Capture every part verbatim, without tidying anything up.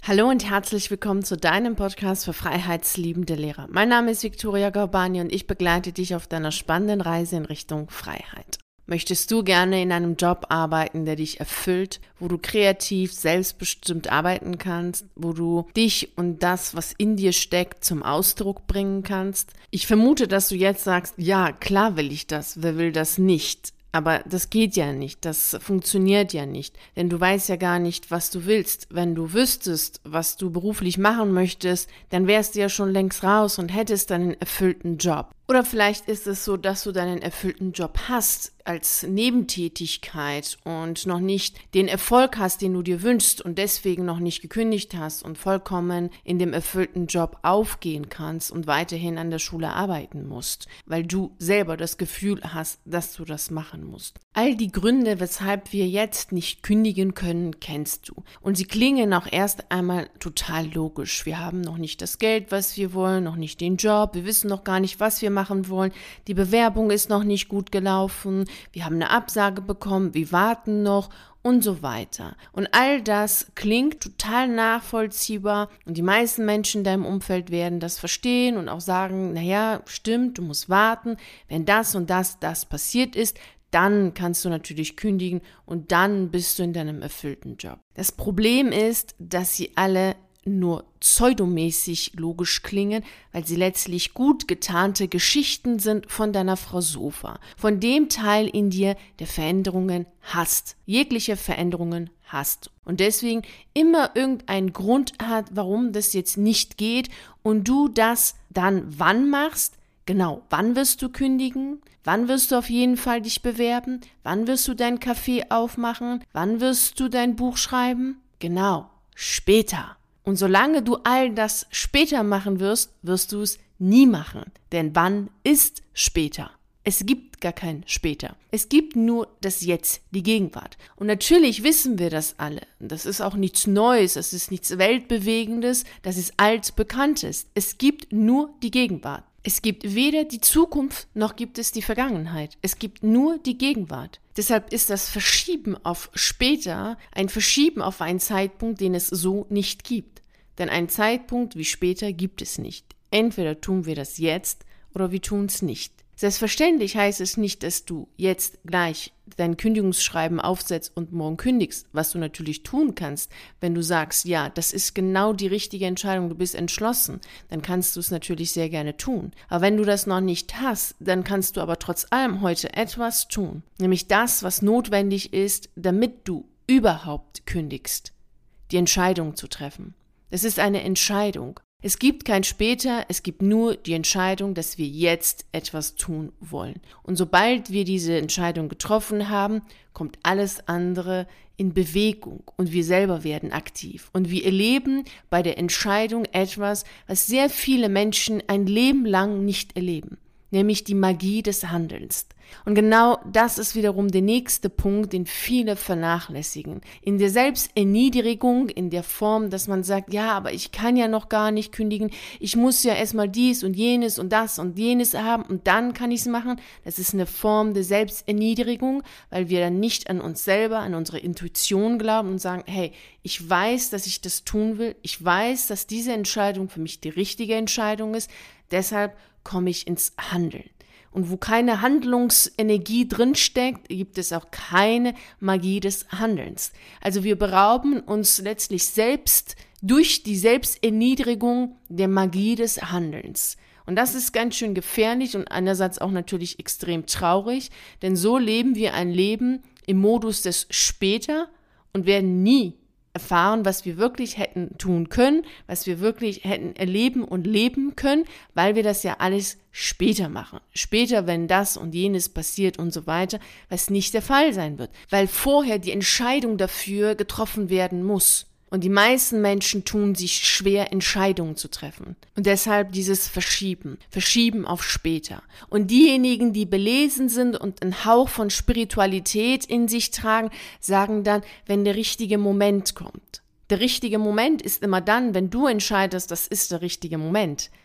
Hallo und herzlich willkommen zu deinem Podcast für freiheitsliebende Lehrer. Mein Name ist Viktoria Gaubani und ich begleite dich auf deiner spannenden Reise in Richtung Freiheit. Möchtest du gerne in einem Job arbeiten, der dich erfüllt, wo du kreativ, selbstbestimmt arbeiten kannst, wo du dich und das, was in dir steckt, zum Ausdruck bringen kannst? Ich vermute, dass du jetzt sagst, ja, klar will ich das, wer will das nicht? Aber das geht ja nicht, das funktioniert ja nicht, denn du weißt ja gar nicht, was du willst. Wenn du wüsstest, was du beruflich machen möchtest, dann wärst du ja schon längst raus und hättest einen erfüllten Job. Oder vielleicht ist es so, dass du deinen erfüllten Job hast als Nebentätigkeit und noch nicht den Erfolg hast, den du dir wünschst und deswegen noch nicht gekündigt hast und vollkommen in dem erfüllten Job aufgehen kannst und weiterhin an der Schule arbeiten musst, weil du selber das Gefühl hast, dass du das machen musst. All die Gründe, weshalb wir jetzt nicht kündigen können, kennst du. Und sie klingen auch erst einmal total logisch. Wir haben noch nicht das Geld, was wir wollen, noch nicht den Job, wir wissen noch gar nicht, was wir machen wollen, die Bewerbung ist noch nicht gut gelaufen, wir haben eine Absage bekommen, wir warten noch und so weiter. Und all das klingt total nachvollziehbar und die meisten Menschen in deinem Umfeld werden das verstehen und auch sagen, naja, stimmt, du musst warten, wenn das und das, das passiert ist, dann kannst du natürlich kündigen und dann bist du in deinem erfüllten Job. Das Problem ist, dass sie alle nur pseudomäßig logisch klingen, weil sie letztlich gut getarnte Geschichten sind von deiner Frau Sofa, von dem Teil in dir, der Veränderungen hasst, jegliche Veränderungen hasst und deswegen immer irgendeinen Grund hat, warum das jetzt nicht geht und du das dann wann machst. Genau, wann wirst du kündigen? Wann wirst du auf jeden Fall dich bewerben? Wann wirst du dein Café aufmachen? Wann wirst du dein Buch schreiben? Genau, später. Und solange du all das später machen wirst, wirst du es nie machen. Denn wann ist später? Es gibt gar kein später. Es gibt nur das Jetzt, die Gegenwart. Und natürlich wissen wir das alle. Das ist auch nichts Neues, das ist nichts Weltbewegendes, das ist altbekanntes. Es gibt nur die Gegenwart. Es gibt weder die Zukunft, noch gibt es die Vergangenheit. Es gibt nur die Gegenwart. Deshalb ist das Verschieben auf später ein Verschieben auf einen Zeitpunkt, den es so nicht gibt. Denn einen Zeitpunkt wie später gibt es nicht. Entweder tun wir das jetzt oder wir tun es nicht. Selbstverständlich heißt es nicht, dass du jetzt gleich dein Kündigungsschreiben aufsetzt und morgen kündigst, was du natürlich tun kannst, wenn du sagst, ja, das ist genau die richtige Entscheidung, du bist entschlossen, dann kannst du es natürlich sehr gerne tun. Aber wenn du das noch nicht hast, dann kannst du aber trotz allem heute etwas tun, nämlich das, was notwendig ist, damit du überhaupt kündigst, die Entscheidung zu treffen. Es ist eine Entscheidung. Es gibt kein später, es gibt nur die Entscheidung, dass wir jetzt etwas tun wollen. Und sobald wir diese Entscheidung getroffen haben, kommt alles andere in Bewegung und wir selber werden aktiv. Und wir erleben bei der Entscheidung etwas, was sehr viele Menschen ein Leben lang nicht erleben, nämlich die Magie des Handelns. Und genau das ist wiederum der nächste Punkt, den viele vernachlässigen. In der Selbsterniedrigung, in der Form, dass man sagt, ja, aber ich kann ja noch gar nicht kündigen, ich muss ja erstmal dies und jenes und das und jenes haben und dann kann ich es machen. Das ist eine Form der Selbsterniedrigung, weil wir dann nicht an uns selber, an unsere Intuition glauben und sagen, hey, ich weiß, dass ich das tun will, ich weiß, dass diese Entscheidung für mich die richtige Entscheidung ist, deshalb komme ich ins Handeln. Und wo keine Handlungsenergie drinsteckt, gibt es auch keine Magie des Handelns. Also wir berauben uns letztlich selbst durch die Selbsterniedrigung der Magie des Handelns. Und das ist ganz schön gefährlich und einerseits auch natürlich extrem traurig, denn so leben wir ein Leben im Modus des Später und werden nie erfahren, was wir wirklich hätten tun können, was wir wirklich hätten erleben und leben können, weil wir das ja alles später machen. Später, wenn das und jenes passiert und so weiter, was nicht der Fall sein wird, weil vorher die Entscheidung dafür getroffen werden muss. Und die meisten Menschen tun sich schwer, Entscheidungen zu treffen. Und deshalb dieses Verschieben, Verschieben auf später. Und diejenigen, die belesen sind und einen Hauch von Spiritualität in sich tragen, sagen dann, wenn der richtige Moment kommt. Der richtige Moment ist immer dann, wenn du entscheidest, das ist der richtige Moment.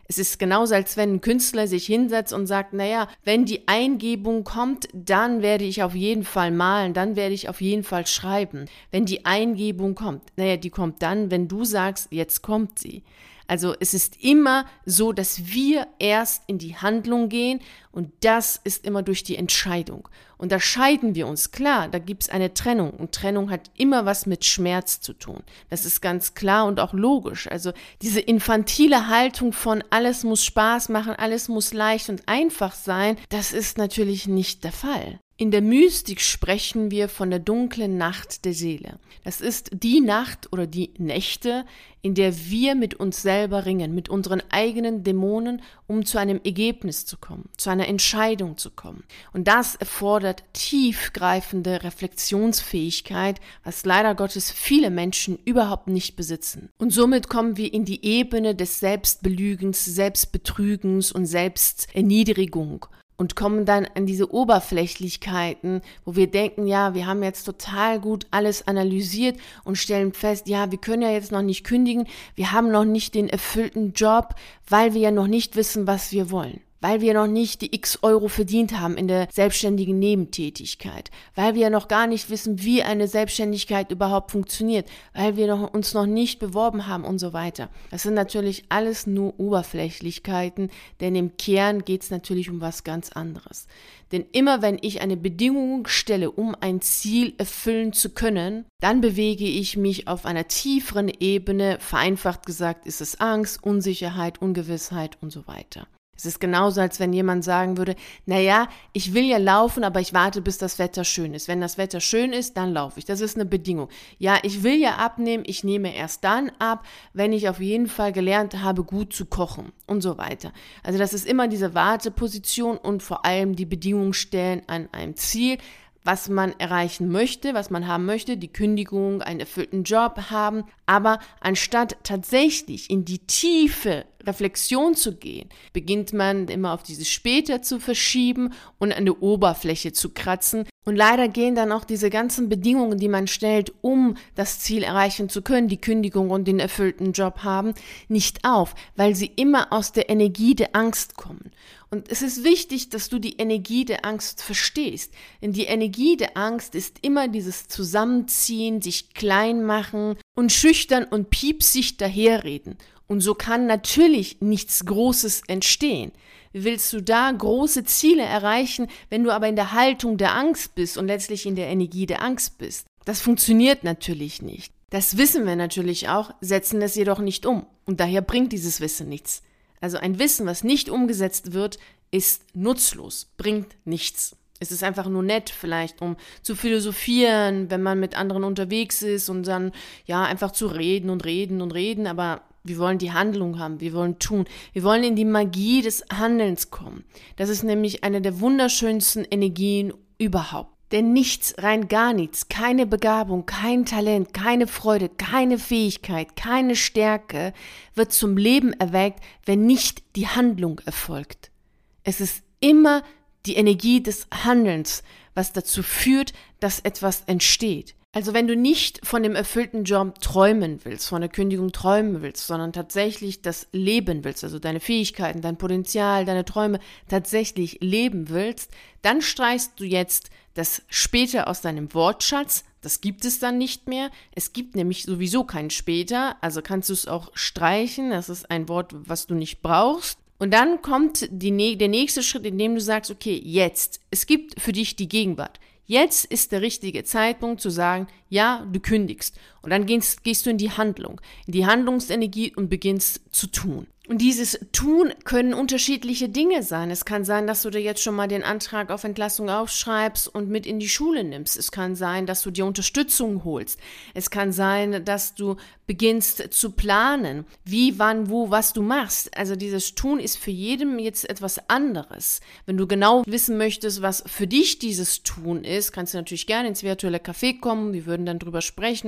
Es ist genauso, als wenn ein Künstler sich hinsetzt und sagt, naja, wenn die Eingebung kommt, dann werde ich auf jeden Fall malen, dann werde ich auf jeden Fall schreiben. Wenn die Eingebung kommt, naja, die kommt dann, wenn du sagst, jetzt kommt sie. Also es ist immer so, dass wir erst in die Handlung gehen und das ist immer durch die Entscheidung. Und da scheiden wir uns, klar, da gibt es eine Trennung und Trennung hat immer was mit Schmerz zu tun. Das ist ganz klar und auch logisch. Also diese infantile Haltung von alles muss Spaß machen, alles muss leicht und einfach sein, das ist natürlich nicht der Fall. In der Mystik sprechen wir von der dunklen Nacht der Seele. Das ist die Nacht oder die Nächte, in der wir mit uns selber ringen, mit unseren eigenen Dämonen, um zu einem Ergebnis zu kommen, zu einer Entscheidung zu kommen. Und das erfordert tiefgreifende Reflexionsfähigkeit, was leider Gottes viele Menschen überhaupt nicht besitzen. Und somit kommen wir in die Ebene des Selbstbelügens, Selbstbetrügens und Selbsterniedrigung. Und kommen dann an diese Oberflächlichkeiten, wo wir denken, ja, wir haben jetzt total gut alles analysiert und stellen fest, ja, wir können ja jetzt noch nicht kündigen, wir haben noch nicht den erfüllten Job, weil wir ja noch nicht wissen, was wir wollen. Weil wir noch nicht die x Euro verdient haben in der selbstständigen Nebentätigkeit, weil wir noch gar nicht wissen, wie eine Selbstständigkeit überhaupt funktioniert, weil wir noch, uns noch nicht beworben haben und so weiter. Das sind natürlich alles nur Oberflächlichkeiten, denn im Kern geht es natürlich um was ganz anderes. Denn immer wenn ich eine Bedingung stelle, um ein Ziel erfüllen zu können, dann bewege ich mich auf einer tieferen Ebene, vereinfacht gesagt ist es Angst, Unsicherheit, Ungewissheit und so weiter. Es ist genauso, als wenn jemand sagen würde, naja, ich will ja laufen, aber ich warte, bis das Wetter schön ist. Wenn das Wetter schön ist, dann laufe ich. Das ist eine Bedingung. Ja, ich will ja abnehmen, ich nehme erst dann ab, wenn ich auf jeden Fall gelernt habe, gut zu kochen und so weiter. Also das ist immer diese Warteposition und vor allem die Bedingung stellen an einem Ziel, was man erreichen möchte, was man haben möchte, die Kündigung, einen erfüllten Job haben. Aber anstatt tatsächlich in die tiefe Reflexion zu gehen, beginnt man immer auf dieses später zu verschieben und an der Oberfläche zu kratzen. Und leider gehen dann auch diese ganzen Bedingungen, die man stellt, um das Ziel erreichen zu können, die Kündigung und den erfüllten Job haben, nicht auf, weil sie immer aus der Energie der Angst kommen. Und es ist wichtig, dass du die Energie der Angst verstehst. Denn die Energie der Angst ist immer dieses Zusammenziehen, sich klein machen und schüchtern und piepsig daherreden. Und so kann natürlich nichts Großes entstehen. Wie willst du da große Ziele erreichen, wenn du aber in der Haltung der Angst bist und letztlich in der Energie der Angst bist? Das funktioniert natürlich nicht. Das wissen wir natürlich auch, setzen es jedoch nicht um. Und daher bringt dieses Wissen nichts. Also ein Wissen, was nicht umgesetzt wird, ist nutzlos, bringt nichts. Es ist einfach nur nett, vielleicht um zu philosophieren, wenn man mit anderen unterwegs ist und dann ja einfach zu reden und reden und reden, aber wir wollen die Handlung haben, wir wollen tun, wir wollen in die Magie des Handelns kommen. Das ist nämlich eine der wunderschönsten Energien überhaupt. Denn nichts, rein gar nichts, keine Begabung, kein Talent, keine Freude, keine Fähigkeit, keine Stärke wird zum Leben erweckt, wenn nicht die Handlung erfolgt. Es ist immer die Energie des Handelns, was dazu führt, dass etwas entsteht. Also wenn du nicht von dem erfüllten Job träumen willst, von der Kündigung träumen willst, sondern tatsächlich das leben willst, also deine Fähigkeiten, dein Potenzial, deine Träume tatsächlich leben willst, dann streichst du jetzt das später aus deinem Wortschatz. Das gibt es dann nicht mehr. Es gibt nämlich sowieso kein später, also kannst du es auch streichen. Das ist ein Wort, was du nicht brauchst. Und dann kommt die, der nächste Schritt, in dem du sagst, okay, jetzt. Es gibt für dich die Gegenwart. Jetzt ist der richtige Zeitpunkt zu sagen, ja, du kündigst. Und dann gehst, gehst du in die Handlung, in die Handlungsenergie und beginnst zu tun. Und dieses Tun können unterschiedliche Dinge sein. Es kann sein, dass du dir jetzt schon mal den Antrag auf Entlassung aufschreibst und mit in die Schule nimmst. Es kann sein, dass du dir Unterstützung holst. Es kann sein, dass du beginnst zu planen, wie, wann, wo, was du machst. Also dieses Tun ist für jedem jetzt etwas anderes. Wenn du genau wissen möchtest, was für dich dieses Tun ist, kannst du natürlich gerne ins virtuelle Café kommen. Wir würden dann drüber sprechen und schauen,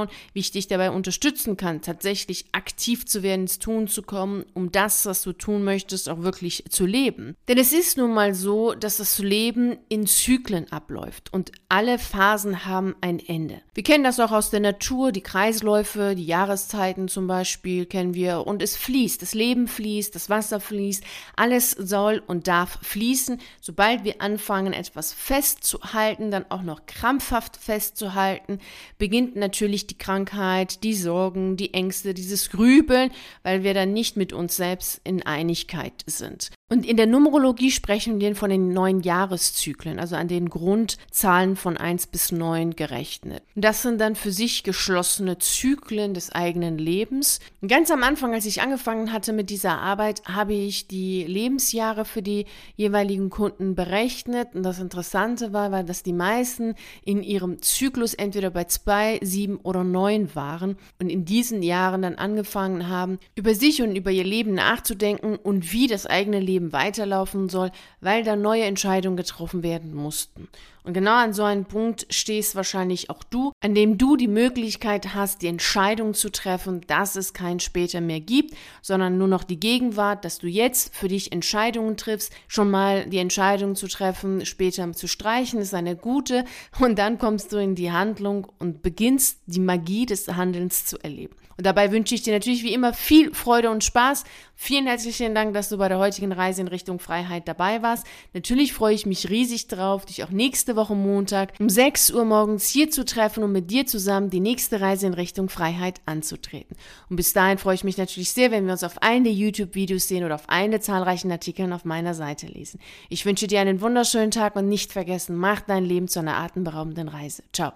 schauen, wie ich dich dabei unterstützen kann, tatsächlich aktiv zu werden, ins Tun zu kommen, um das, was du tun möchtest, auch wirklich zu leben. Denn es ist nun mal so, dass das Leben in Zyklen abläuft und alle Phasen haben ein Ende. Wir kennen das auch aus der Natur, die Kreisläufe, die Jahreszeiten zum Beispiel kennen wir und es fließt, das Leben fließt, das Wasser fließt, alles soll und darf fließen. Sobald wir anfangen, etwas festzuhalten, dann auch noch krampfhaft festzuhalten, beginnt natürlich die Krankheit, die Sorgen, die Ängste, dieses Grübeln, weil wir dann nicht mit uns selbst in Einigkeit sind. Und in der Numerologie sprechen wir von den neun Jahreszyklen, also an den Grundzahlen von eins bis neun gerechnet. Das sind dann für sich geschlossene Zyklen des eigenen Lebens. Und ganz am Anfang, als ich angefangen hatte mit dieser Arbeit, habe ich die Lebensjahre für die jeweiligen Kunden berechnet. Und das Interessante war, war, dass die meisten in ihrem Zyklus entweder bei zwei, sieben oder neun waren und in diesen Jahren dann angefangen haben, über sich und über ihr Leben nachzudenken und wie das eigene Leben weiterlaufen soll, weil da neue Entscheidungen getroffen werden mussten. Und genau an so einem Punkt stehst wahrscheinlich auch du, an dem du die Möglichkeit hast, die Entscheidung zu treffen, dass es kein später mehr gibt, sondern nur noch die Gegenwart, dass du jetzt für dich Entscheidungen triffst. Schon mal die Entscheidung zu treffen, später zu streichen, ist eine gute. Und dann kommst du in die Handlung und beginnst die Magie des Handelns zu erleben. Und dabei wünsche ich dir natürlich wie immer viel Freude und Spaß. Vielen herzlichen Dank, dass du bei der heutigen Reise in Richtung Freiheit dabei warst. Natürlich freue ich mich riesig drauf, dich auch nächste Woche Montag um sechs Uhr morgens hier zu treffen und mit dir zusammen die nächste Reise in Richtung Freiheit anzutreten. Und bis dahin freue ich mich natürlich sehr, wenn wir uns auf einen der YouTube-Videos sehen oder auf einen der zahlreichen Artikeln auf meiner Seite lesen. Ich wünsche dir einen wunderschönen Tag und nicht vergessen, mach dein Leben zu einer atemberaubenden Reise. Ciao.